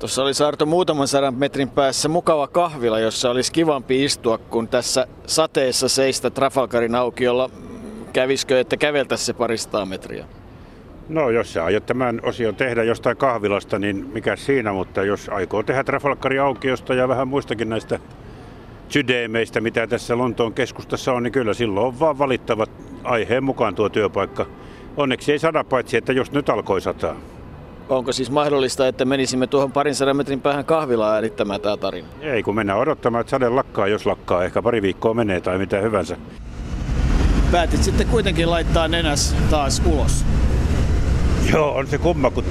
Tuossa oli Arto muutaman 100 metrin päässä mukava kahvila, jossa olisi kivampi istua kuin tässä sateessa seistä Trafalgarin aukiolla. Kävisikö, että käveltäisi se 200 metriä? No jos sä aiot tämän osion tehdä jostain kahvilasta, niin mikä siinä, mutta jos aikoo tehdä Trafalgarin aukiosta ja vähän muistakin näistä sydämeistä, mitä tässä Lontoon keskustassa on, niin kyllä silloin on vaan valittavat aiheen mukaan tuo työpaikka. Onneksi ei sada, paitsi että just nyt alkoi sataa. Onko siis mahdollista, että menisimme tuohon 200 metrin päähän kahvilaan äänittämään tämä tarina? Ei, kun mennään odottamaan, että sade lakkaa, jos lakkaa. Ehkä pari viikkoa menee tai mitä hyvänsä. Päätit sitten kuitenkin laittaa nenäs taas ulos. Joo, on se kumma, kun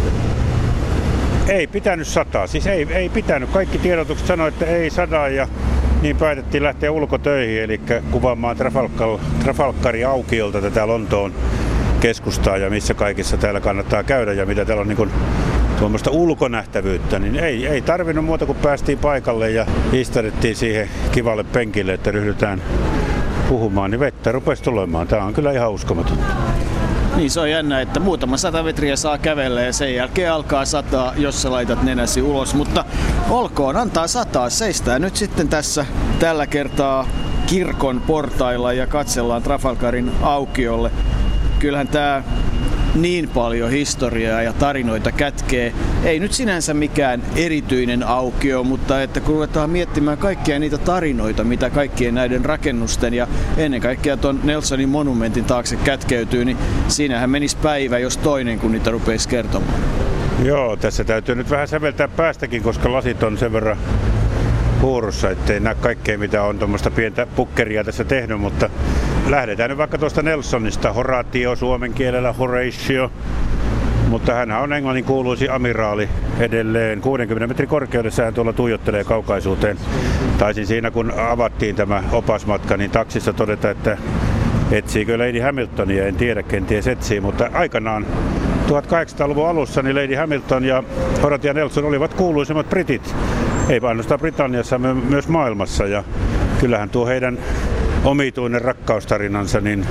ei pitänyt sataa. Siis ei pitänyt. Kaikki tiedotukset sanoivat, että ei sadaa ja niin päätettiin lähteä ulkotöihin, eli kuvaamaan Trafalgarin aukiolta tätä Lontoon keskustaa ja missä kaikissa täällä kannattaa käydä ja mitä täällä on niin kuin tuommoista ulkonähtävyyttä, niin ei tarvinnut muuta kuin päästiin paikalle ja istadettiin siihen kivalle penkille, että ryhdytään puhumaan, niin vettä rupesi tulemaan. Tämä on kyllä ihan uskomaton. Niin se on jännä, että muutama 100 metriä saa kävellä ja sen jälkeen alkaa sataa, jos sä laitat nenäsi ulos. Mutta olkoon, antaa sataa. Seistää nyt sitten tässä tällä kertaa kirkon portailla ja katsellaan Trafalgarin aukiolle. Kyllähän tää niin paljon historiaa ja tarinoita kätkee. Ei nyt sinänsä mikään erityinen aukio, mutta että kun ruvetaan miettimään kaikkia niitä tarinoita, mitä kaikkien näiden rakennusten ja ennen kaikkea tuon Nelsonin monumentin taakse kätkeytyy, niin siinähän menisi päivä, jos toinen, kun niitä rupeisi kertomaan. Joo, tässä täytyy nyt vähän säveltää päästäkin, koska lasit on sen verran huurussa, ettei näe kaikkea, mitä on tuommoista pientä pukkeria tässä tehnyt, mutta lähdetään nyt vaikka tuosta Nelsonista. Horatio suomen kielellä Horatio, mutta hänhän on englannin kuuluisi amiraali edelleen. 60 metrin korkeudessa hän tuolla tuijottelee kaukaisuuteen. Taisin siinä, kun avattiin tämä opasmatka, niin taksissa todeta, että etsiikö Lady Hamiltonia, en tiedä, kenties etsii, mutta aikanaan 1800-luvun alussa niin Lady Hamilton ja Horatio Nelson olivat kuuluisimmat britit. Ei ainoastaan Britanniassa, myös maailmassa. Ja kyllähän tuo heidän omituinen rakkaustarinansa, niin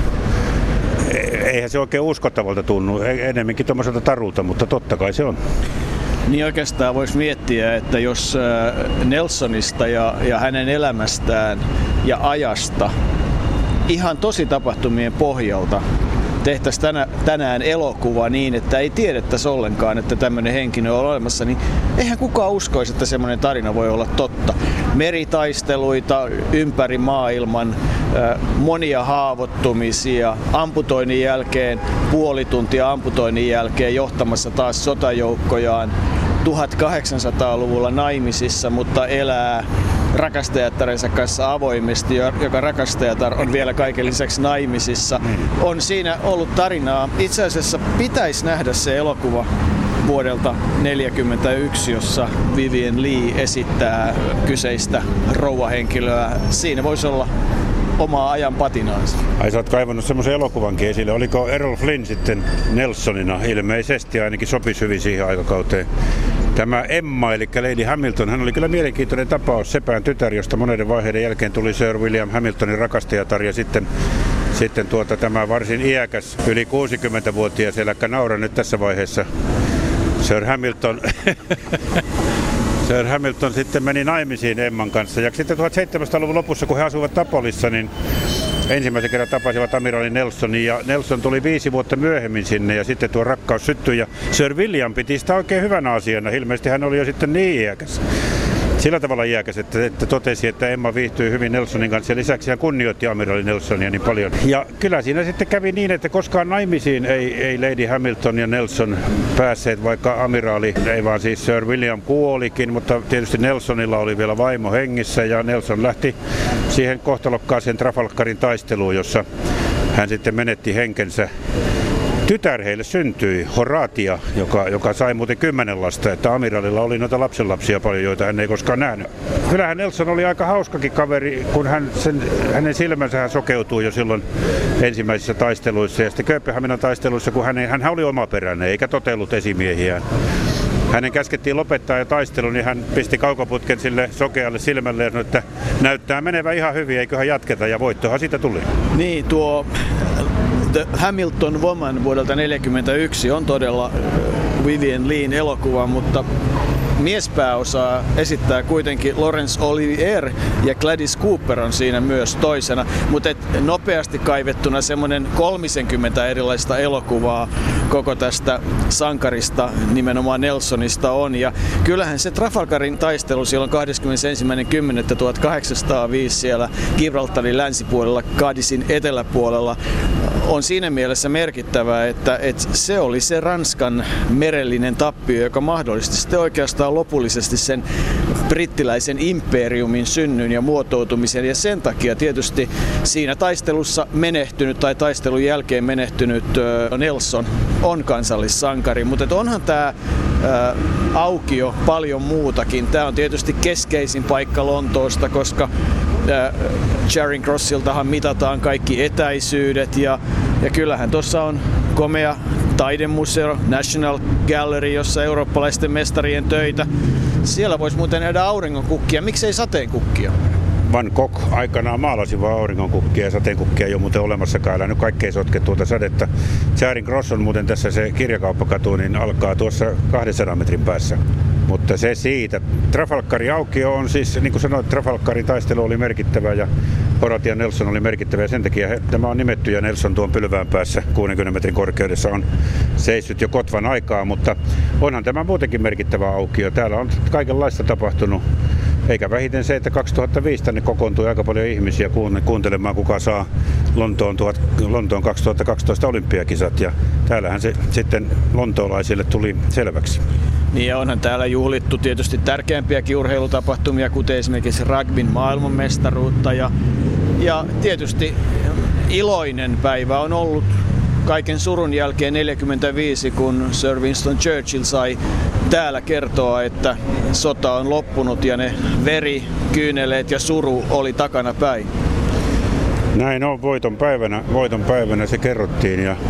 eihän se oikein uskottavalta tunnu. Enemmänkin tuommoiselta tarulta, mutta totta kai se on. Niin oikeastaan voisi miettiä, että jos Nelsonista ja hänen elämästään ja ajasta ihan tosi tapahtumien pohjalta tehtäisiin tänään elokuva niin, että ei tiedettäisi ollenkaan, että tämmöinen henkilö on olemassa, niin eihän kukaan uskoisi, että semmoinen tarina voi olla totta. Meritaisteluita ympäri maailman, monia haavoittumisia, amputoinnin jälkeen, puoli tuntia amputoinnin jälkeen johtamassa taas sotajoukkojaan, 1800-luvulla naimisissa, mutta elää rakastajattarensa kanssa avoimesti, joka rakastajatar on vielä kaiken lisäksi naimisissa. On siinä ollut tarinaa. Itse asiassa pitäisi nähdä se elokuva vuodelta 1941, jossa Vivien Leigh esittää kyseistä rouvahenkilöä. Siinä voisi olla omaa ajan patinaansa. Ai sä oot kaivannut semmoisen elokuvankin esille. Oliko Errol Flynn sitten Nelsonina? Ilmeisesti ainakin sopisi hyvin siihen aikakauteen. Tämä Emma, eli Lady Hamilton, hän oli kyllä mielenkiintoinen tapaus, sepän tytär, josta monen vaiheiden jälkeen tuli Sir William Hamiltonin rakastajatar ja sitten tämä varsin iäkäs, yli 60-vuotias, eläkkä naura nyt tässä vaiheessa, Sir Hamilton sitten meni naimisiin Emman kanssa. Ja sitten 1700-luvun lopussa, kun he asuivat Napolissa, niin ensimmäisen kerran tapasivat amiraali Nelsonin. Ja Nelson tuli 5 vuotta myöhemmin sinne ja sitten tuo rakkaus syttyi. Ja Sir William piti sitä oikein hyvänä asiana. Ilmeisesti hän oli jo sitten niin iäkäs. Sillä tavalla iäkäs, että totesi, että Emma viihtyi hyvin Nelsonin kanssa ja lisäksi hän kunnioitti amiraali Nelsonia niin paljon. Ja kyllä siinä sitten kävi niin, että koskaan naimisiin ei Lady Hamilton ja Nelson päässeet, vaikka amiraali, ei vaan siis Sir William kuolikin, mutta tietysti Nelsonilla oli vielä vaimo hengissä ja Nelson lähti siihen kohtalokkaaseen Trafalgarin taisteluun, jossa hän sitten menetti henkensä. Tytär heille syntyi, Horatia, joka sai muuten 10 lasta, että amiraalilla oli noita lapsenlapsia paljon, joita hän ei koskaan nähnyt. Kyllähän Nelson oli aika hauskakin kaveri, kun hänen silmänsä sokeutui jo silloin ensimmäisissä taisteluissa. Ja sitten Kööpenhaminan taisteluissa, kun hän oli omaperäinen eikä totellut esimiehiään. Hänen käskettiin lopettaa jo taistelun, niin hän pisti kaukoputken sille sokealle silmälle ja sanoi, että näyttää menevän ihan hyvin, eiköhän jatketa, ja voittohan siitä tuli. Niin, tuo The Hamilton Woman vuodelta 1941 on todella Vivien Leighin elokuvan, mutta miespääosaa esittää kuitenkin Laurence Olivier ja Gladys Cooper on siinä myös toisena, mutta nopeasti kaivettuna semmoinen 30 erilaista elokuvaa koko tästä sankarista, nimenomaan Nelsonista on. Ja kyllähän se Trafalgarin taistelu silloin 21.10.1805 siellä Gibraltarin länsipuolella, Cadizin eteläpuolella on siinä mielessä merkittävää, että se oli se Ranskan merellinen tappio, joka mahdollisti sitten oikeastaan lopullisesti sen brittiläisen imperiumin synnyn ja muotoutumisen. Ja sen takia tietysti siinä taistelussa menehtynyt tai taistelun jälkeen menehtynyt Nelson on kansallissankari. Mutta onhan tämä aukio paljon muutakin. Tämä on tietysti keskeisin paikka Lontoosta, koska Charing Crossiltahan mitataan kaikki etäisyydet ja kyllähän tuossa on komea taidemuseo, National Gallery, jossa eurooppalaisten mestarien töitä. Siellä voisi muuten nähdä auringonkukkia. Miksei sateenkukkia? Van Gogh aikanaan maalasi vaan auringonkukkia ja sateenkukkia ei ole muuten olemassakaan. Älä nyt kaikkea sotke tuota sadetta. Charing Cross on muuten tässä se kirjakauppakatu, niin alkaa tuossa 200 metrin päässä. Mutta se siitä. Trafalgarin aukio on siis, niin kuin sanoit, Trafalgarin taistelu oli merkittävä ja Horatio Nelson oli merkittävä ja sen takia tämä on nimetty ja Nelson tuon pylvään päässä 60 metrin korkeudessa on seissyt jo kotvan aikaa, mutta onhan tämä muutenkin merkittävä aukio. Täällä on kaikenlaista tapahtunut. Eikä vähiten se, että 2005 tänne kokoontui aika paljon ihmisiä kuuntelemaan, kuka saa Lontoon 2012 olympiakisat. Ja täällähän se sitten lontoolaisille tuli selväksi. Niin ja onhan täällä juhlittu tietysti tärkeämpiäkin urheilutapahtumia, kuten esimerkiksi rugbyn maailmanmestaruutta. Ja tietysti iloinen päivä on ollut kaiken surun jälkeen 1945, kun Sir Winston Churchill sai täällä kertoa, että sota on loppunut ja ne veri, kyyneleet ja suru oli takana päin. Näin on, voiton päivänä se kerrottiin ja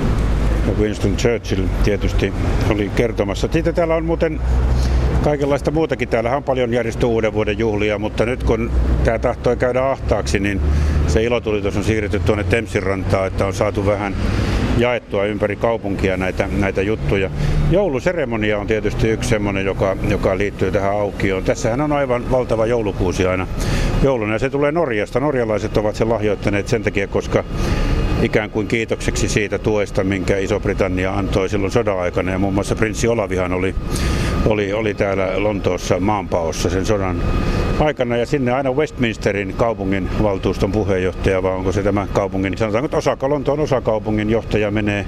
Winston Churchill tietysti oli kertomassa. Sitten täällä on muuten kaikenlaista muutakin. Täällähän on paljon järjestetty uuden vuoden juhlia, mutta nyt kun tämä tahtoi käydä ahtaaksi, niin se ilotulitus on siirretty tuonne Themsin rantaan, että on saatu vähän jaettua ympäri kaupunkia näitä juttuja. Jouluseremonia on tietysti yksi semmoinen, joka liittyy tähän aukioon. Tässähän on aivan valtava joulukuusi aina jouluna ja se tulee Norjasta. Norjalaiset ovat sen lahjoittaneet sen takia, koska ikään kuin kiitokseksi siitä tuesta, minkä Iso-Britannia antoi silloin sodan aikana. Ja muun muassa prinssi Olavihan oli täällä Lontoossa maanpaossa sen sodan aikana. Ja sinne aina Westminsterin kaupungin valtuuston puheenjohtaja, vai onko se tämä kaupungin, sanotaanko, että Lontoon osakaupungin johtaja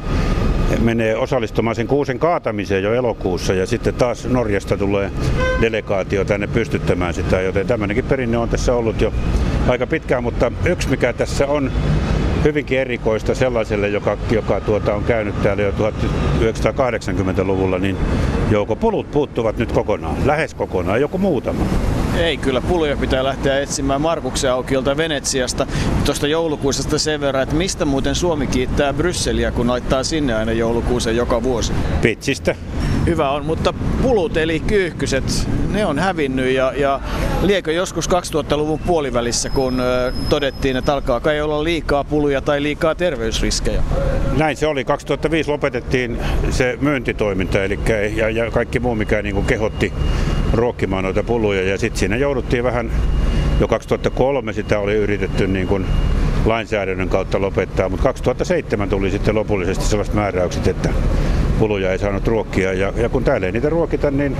menee osallistumaan sen kuusen kaatamiseen jo elokuussa. Ja sitten taas Norjasta tulee delegaatio tänne pystyttämään sitä, joten tämmöinenkin perinne on tässä ollut jo aika pitkään. Mutta yksi mikä tässä on hyvinkin erikoista sellaiselle, joka on käynyt täällä jo 1980-luvulla, niin joukopulut puuttuvat nyt kokonaan, lähes kokonaan, joku muutama. Ei, kyllä puluja pitää lähteä etsimään Markuksen aukiolta Venetsiasta. Tuosta joulukuusesta sen verran, että mistä muuten Suomi kiittää Brysseliä, kun laittaa sinne aina joulukuusen joka vuosi? Pitsistä. Hyvä on, mutta pulut eli kyyhkyset, ne on hävinnyt ja liekö joskus 2000-luvun puolivälissä, kun todettiin, että alkaa kai olla liikaa puluja tai liikaa terveysriskejä? Näin se oli. 2005 lopetettiin se myyntitoiminta ja kaikki muu, mikä niin kuin kehotti ruokkimaan noita puluja. Ja sitten siinä jouduttiin vähän, jo 2003 sitä oli yritetty niin kuin lainsäädännön kautta lopettaa, mutta 2007 tuli sitten lopullisesti sellaiset määräykset, että puluja ei saanut ruokkia. Ja kun täällä ei niitä ruokita, niin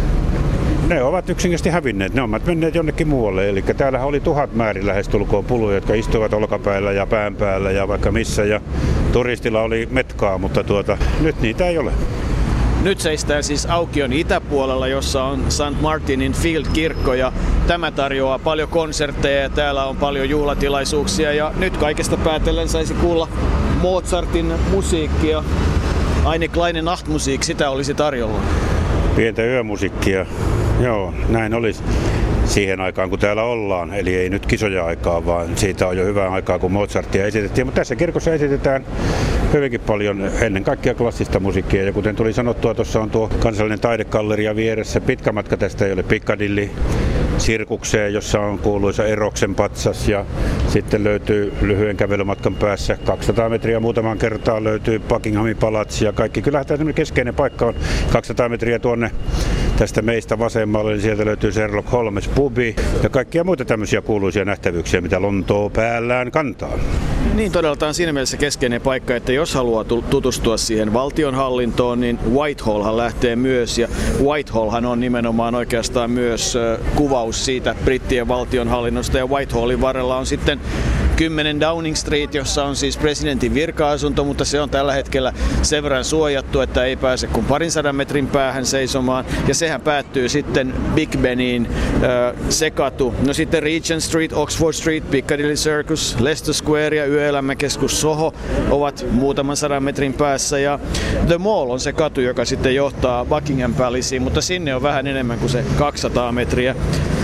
ne ovat yksinkertaisesti hävinneet. Ne ovat menneet jonnekin muualle. Eli täällähän oli 1000 määrin lähestulkoon puluja, jotka istuivat olkapäällä ja pään päällä ja vaikka missä. Ja turistilla oli metkaa, mutta nyt niitä ei ole. Nyt seistään siis aukion itäpuolella, jossa on St. Martinin Field-kirkko ja tämä tarjoaa paljon konsertteja ja täällä on paljon juhlatilaisuuksia ja nyt kaikesta päätellen saisi kuulla Mozartin musiikkia. Eine kleine Nachtmusik, sitä olisi tarjolla. Pientä yömusiikkia, joo, näin olisi siihen aikaan kun täällä ollaan, eli ei nyt kisoja aikaa, vaan siitä on jo hyvää aikaa kun Mozartia esitettiin, mutta tässä kirkossa esitetään hyvinkin paljon ennen kaikkea klassista musiikkia ja kuten tuli sanottua, tuossa on tuo kansallinen taidegalleria vieressä, pitkä matka tästä ei ole Piccadilly sirkukseen, jossa on kuuluisa Eroksen patsas, ja sitten löytyy lyhyen kävelymatkan päässä 200 metriä muutaman kertaan löytyy Buckinghamin palatsi ja kaikki. Kyllähän tämä keskeinen paikka on 200 metriä tuonne tästä meistä vasemmalle, niin sieltä löytyy Sherlock Holmes pubi ja kaikkia muita tämmöisiä kuuluisia nähtävyyksiä, mitä Lontoo päällään kantaa. Niin todella tämä on siinä mielessä keskeinen paikka, että jos haluaa tutustua siihen valtionhallintoon, niin Whitehallhan lähtee myös, ja Whitehallhan on nimenomaan oikeastaan myös kuvaus siitä brittien valtionhallinnosta, ja Whitehallin varrella on sitten 10 Downing Street, jossa on siis presidentin virka-asunto, mutta se on tällä hetkellä sen verran suojattu, että ei pääse kuin 200 metrin päähän seisomaan, ja sehän päättyy sitten Big Beniin, se katu. No sitten Regent Street, Oxford Street, Piccadilly Circus, Leicester Square ja yöelämäkeskus Soho ovat muutaman 100 metrin päässä, ja The Mall on se katu, joka sitten johtaa Buckingham Palaceen, mutta sinne on vähän enemmän kuin se 200 metriä.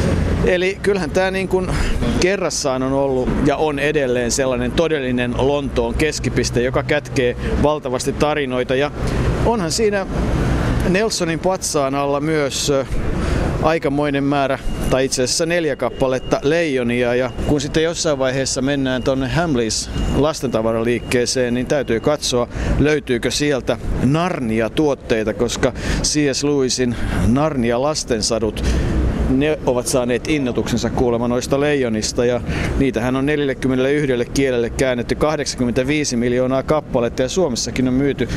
Eli kyllähän tämä niin kuin kerrassaan on ollut ja on edelleen sellainen todellinen Lontoon keskipiste, joka kätkee valtavasti tarinoita. Ja onhan siinä Nelsonin patsaan alla myös aikamoinen määrä, tai itse asiassa 4 kappaletta leijonia. Ja kun sitten jossain vaiheessa mennään tuonne Hamleys lastentavaraliikkeeseen, niin täytyy katsoa, löytyykö sieltä Narnia-tuotteita, koska C.S. Lewisin Narnia-lastensadut, ne ovat saaneet innotuksensa kuulemma noista leijonista, ja niitähän on 41 kielelle käännetty 85 miljoonaa kappaletta, ja Suomessakin on myyty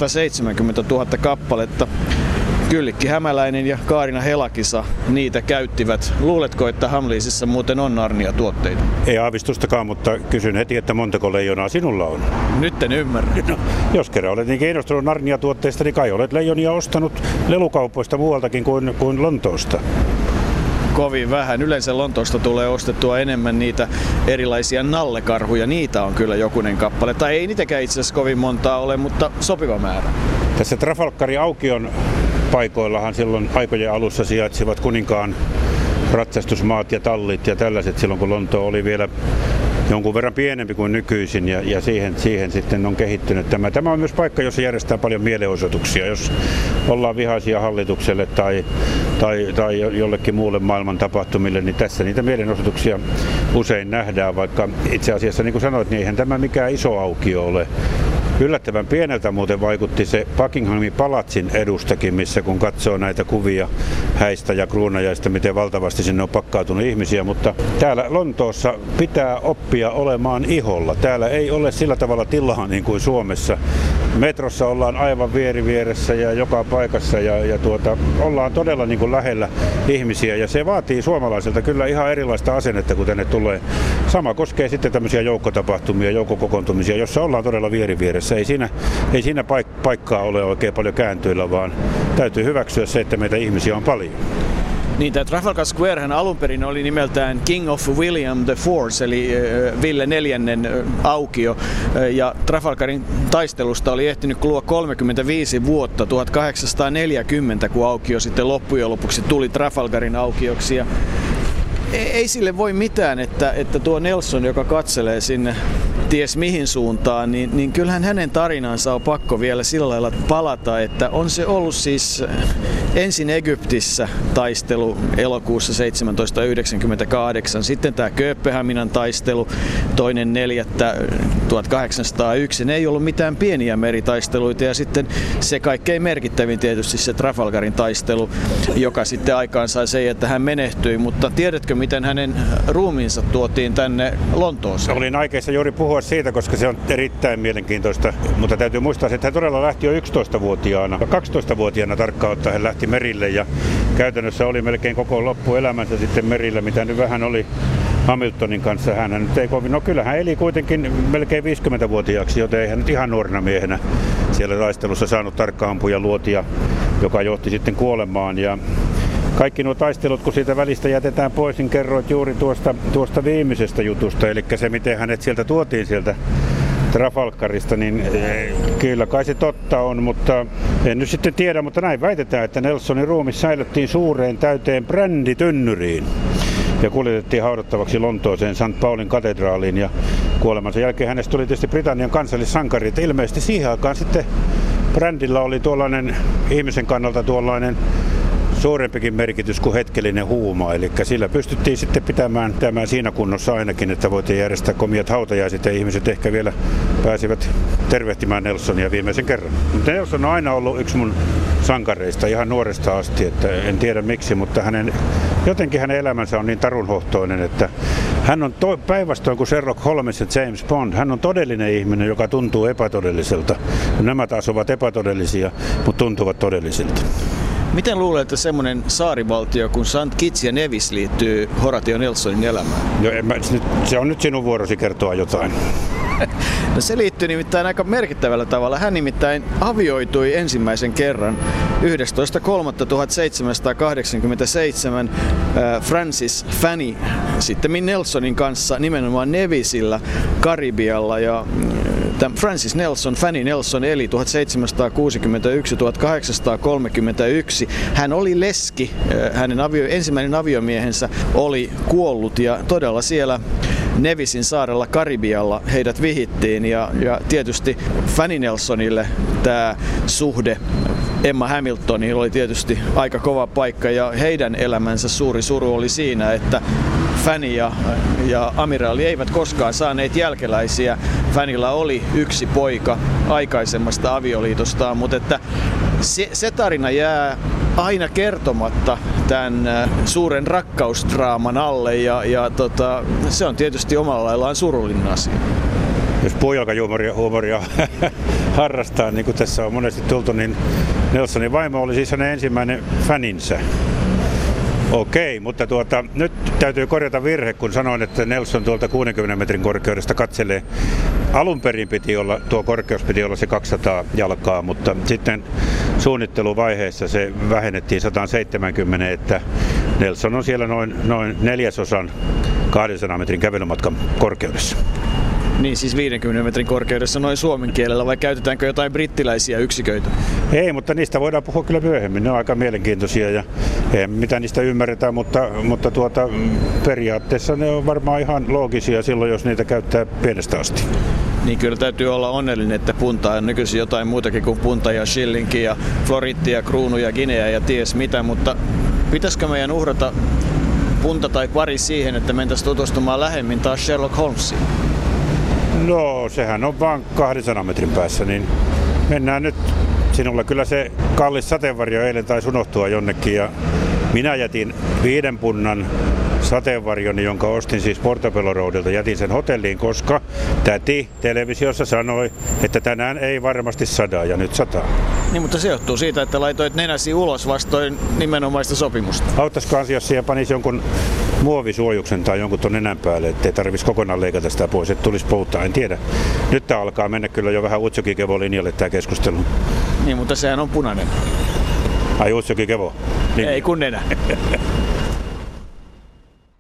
170 000 kappaletta. Kyllikki Hämäläinen ja Kaarina Helakisa niitä käyttivät. Luuletko, että Hamleysissa muuten on Narnia-tuotteita? Ei aavistustakaan, mutta kysyn heti, että montako leijonaa sinulla on? Nyt en ymmärrä. No, jos kerran olet niin kiinnostunut Narnia-tuotteista, niin kai olet leijonia ostanut lelukaupoista muualtakin kuin Lontoosta. Kovin vähän. Yleensä Lontoosta tulee ostettua enemmän niitä erilaisia nallekarhuja. Niitä on kyllä jokunen kappale. Tai ei niitäkään itse asiassa kovin montaa ole, mutta sopiva määrä. Tässä Trafalgarin aukion paikoillahan silloin aikojen alussa sijaitsivat kuninkaan ratsastusmaat ja tallit ja tällaiset silloin, kun Lontoo oli vielä jonkun verran pienempi kuin nykyisin, ja siihen sitten on kehittynyt tämä. Tämä on myös paikka, jossa järjestetään paljon mielenosoituksia, jos ollaan vihaisia hallitukselle tai jollekin muulle maailman tapahtumille, niin tässä niitä mielenosoituksia usein nähdään, vaikka itse asiassa, niin kuin sanoit, niin eihän tämä mikään iso aukio ole. Yllättävän pieneltä muuten vaikutti se Buckinghamin palatsin edustakin, missä kun katsoo näitä kuvia häistä ja kruunajaista, miten valtavasti sinne on pakkautunut ihmisiä, mutta täällä Lontoossa pitää oppia olemaan iholla. Täällä ei ole sillä tavalla tilaa niin kuin Suomessa. Metrossa ollaan aivan vieressä ja joka paikassa ja ollaan todella niin kuin lähellä ihmisiä, ja se vaatii suomalaiselta kyllä ihan erilaista asennetta, kun tänne tulee. Sama koskee sitten tämmöisiä joukkotapahtumia, joukkokokoontumisia, jossa ollaan todella vieressä. Ei siinä paikkaa ole oikein paljon kääntyillä, vaan täytyy hyväksyä se, että meitä ihmisiä on paljon. Niin, tämä Trafalgar Squarehän alun perin oli nimeltään King of William IV, eli Ville neljännen aukio. Ja Trafalgarin taistelusta oli ehtinyt kulua 35 vuotta, 1840, kun aukio sitten loppujen lopuksi tuli Trafalgarin aukioksi. Ja ei sille voi mitään, että tuo Nelson, joka katselee sinne ties mihin suuntaan, niin kyllähän hänen tarinansa on pakko vielä sillä lailla palata, että on se ollut siis ensin Egyptissä taistelu elokuussa 1798, sitten tämä Kööpenhaminan taistelu 2.4.1801. Ne ei ollut mitään pieniä meritaisteluita, ja sitten se kaikkein merkittävin tietysti se Trafalgarin taistelu, joka sitten aikaan sai se, että hän menehtyi, mutta tiedätkö miten hänen ruumiinsa tuotiin tänne Lontooseen? Olin aikeissa juuri puhua siitä, koska se on erittäin mielenkiintoista, mutta täytyy muistaa, että hän todella lähti jo 11-vuotiaana. 12-vuotiaana tarkkaan ottaen hän lähti merille, ja käytännössä oli melkein koko loppuelämänsä sitten merillä, mitä nyt vähän oli Hamiltonin kanssa. Hän nyt ei kovin, no kyllä hän eli kuitenkin melkein 50-vuotiaaksi, joten ei hän nyt ihan nuorena miehenä siellä taistelussa saanut tarkkaampuja luotia, joka johti sitten kuolemaan. Ja kaikki nuo taistelut, kun siitä välistä jätetään pois, niin kerroit juuri tuosta viimeisestä jutusta, eli se miten hänet sieltä tuotiin sieltä Trafalgarista, niin kyllä kai se totta on, mutta en nyt sitten tiedä, mutta näin väitetään, että Nelsonin ruumis säilyttiin suureen täyteen bränditynnyriin ja kuljetettiin haudattavaksi Lontooseen St. Paulin katedraaliin, ja kuolemansa jälkeen hänestä tuli tietysti Britannian kansallissankari, että ilmeisesti siihen aikaan sitten brändillä oli tuollainen ihmisen kannalta tuollainen suurempikin merkitys kuin hetkellinen huuma. Eli sillä pystyttiin sitten pitämään tämän siinä kunnossa ainakin, että voitiin järjestää komiat hautajaiset ja ihmiset ehkä vielä pääsivät tervehtimään Nelsonia viimeisen kerran. Mutta Nelson on aina ollut yksi mun sankareista ihan nuoresta asti, että en tiedä miksi, mutta jotenkin hänen elämänsä on niin tarunhohtoinen, että hän on päinvastoin kuin Sherlock Holmes ja James Bond. Hän on todellinen ihminen, joka tuntuu epätodelliselta. Nämä taas ovat epätodellisia, mutta tuntuvat todellisilta. Miten luulet, että semmoinen saarivaltio kuin St. Kitts ja Nevis liittyy Horatio Nelsonin elämään? Se on nyt sinun vuorosi kertoa jotain. No se liittyy nimittäin aika merkittävällä tavalla. Hän nimittäin avioitui ensimmäisen kerran 11.3.1787 Francis Fanny sittemmin Nelsonin kanssa nimenomaan Nevisillä Karibialla. Ja Francis Nelson, Fanny Nelson eli 1761-1831. Hän oli leski, hänen ensimmäinen aviomiehensä oli kuollut ja todella siellä Nevisin saarella Karibialla heidät vihittiin ja tietysti Fanny Nelsonille tämä suhde Emma Hamiltoniin oli tietysti aika kova paikka ja heidän elämänsä suuri suru oli siinä, että Fanny ja amiraali eivät koskaan saaneet jälkeläisiä. Fannylla oli yksi poika aikaisemmasta avioliitostaan, mutta että se tarina jää aina kertomatta tämän suuren rakkausdraaman alle ja se on tietysti omalla laillaan surullinen asia. Jos puujalkahuumoria harrastaa, niin kuin tässä on monesti tultu, niin Nelsonin vaimo oli siis hänen ensimmäinen faninsä. Okei, mutta nyt täytyy korjata virhe, kun sanoin, että Nelson tuolta 60 metrin korkeudesta katselee. Alun perin tuo korkeus piti olla se 200 jalkaa, mutta sitten suunnitteluvaiheessa se vähennettiin 170, että Nelson on siellä noin neljäsosan 200 metrin kävelymatkan korkeudessa. Niin siis 50 metrin korkeudessa noin suomen kielellä vai käytetäänkö jotain brittiläisiä yksiköitä? Ei, mutta niistä voidaan puhua kyllä myöhemmin. Ne on aika mielenkiintoisia ja mitä niistä ymmärretään, mutta periaatteessa ne on varmaan ihan loogisia silloin, jos niitä käyttää pienestä asti. Niin kyllä täytyy olla onnellinen, että punta on nykyisin jotain muutakin kuin punta ja shillinki ja floritti ja kruunu ja guinea ja ties mitä, mutta pitäisikö meidän uhrata punta tai pari siihen, että mentäisiin tutustumaan lähemmin taas Sherlock Holmesiin? No, sehän on vaan 200 metrin päässä, niin mennään nyt. Sinulla kyllä se kallis sateenvarjo eilen taisi unohtua jonnekin ja minä jätin 5 punnan sateenvarjoni, jonka ostin siis Portobello Roadilta, jätin sen hotelliin, koska täti televisiossa sanoi, että tänään ei varmasti sada ja nyt sataa. Niin, mutta se johtuu siitä, että laitoit nenäsi ulos vastoin nimenomaista sopimusta. Auttaisikohan jos siellä panisi jonkun muovisuojuksen tai jonkun tuon nenän päälle, ettei tarvitsisi kokonaan leikata sitä pois, että tulisi poutaa, en tiedä. Nyt tämä alkaa mennä kyllä jo vähän Utsjoki-Kevo-linjalle tämä keskustelu. Niin, mutta sehän on punainen. Ai Utsjoki-Kevo? Ei kun nenä.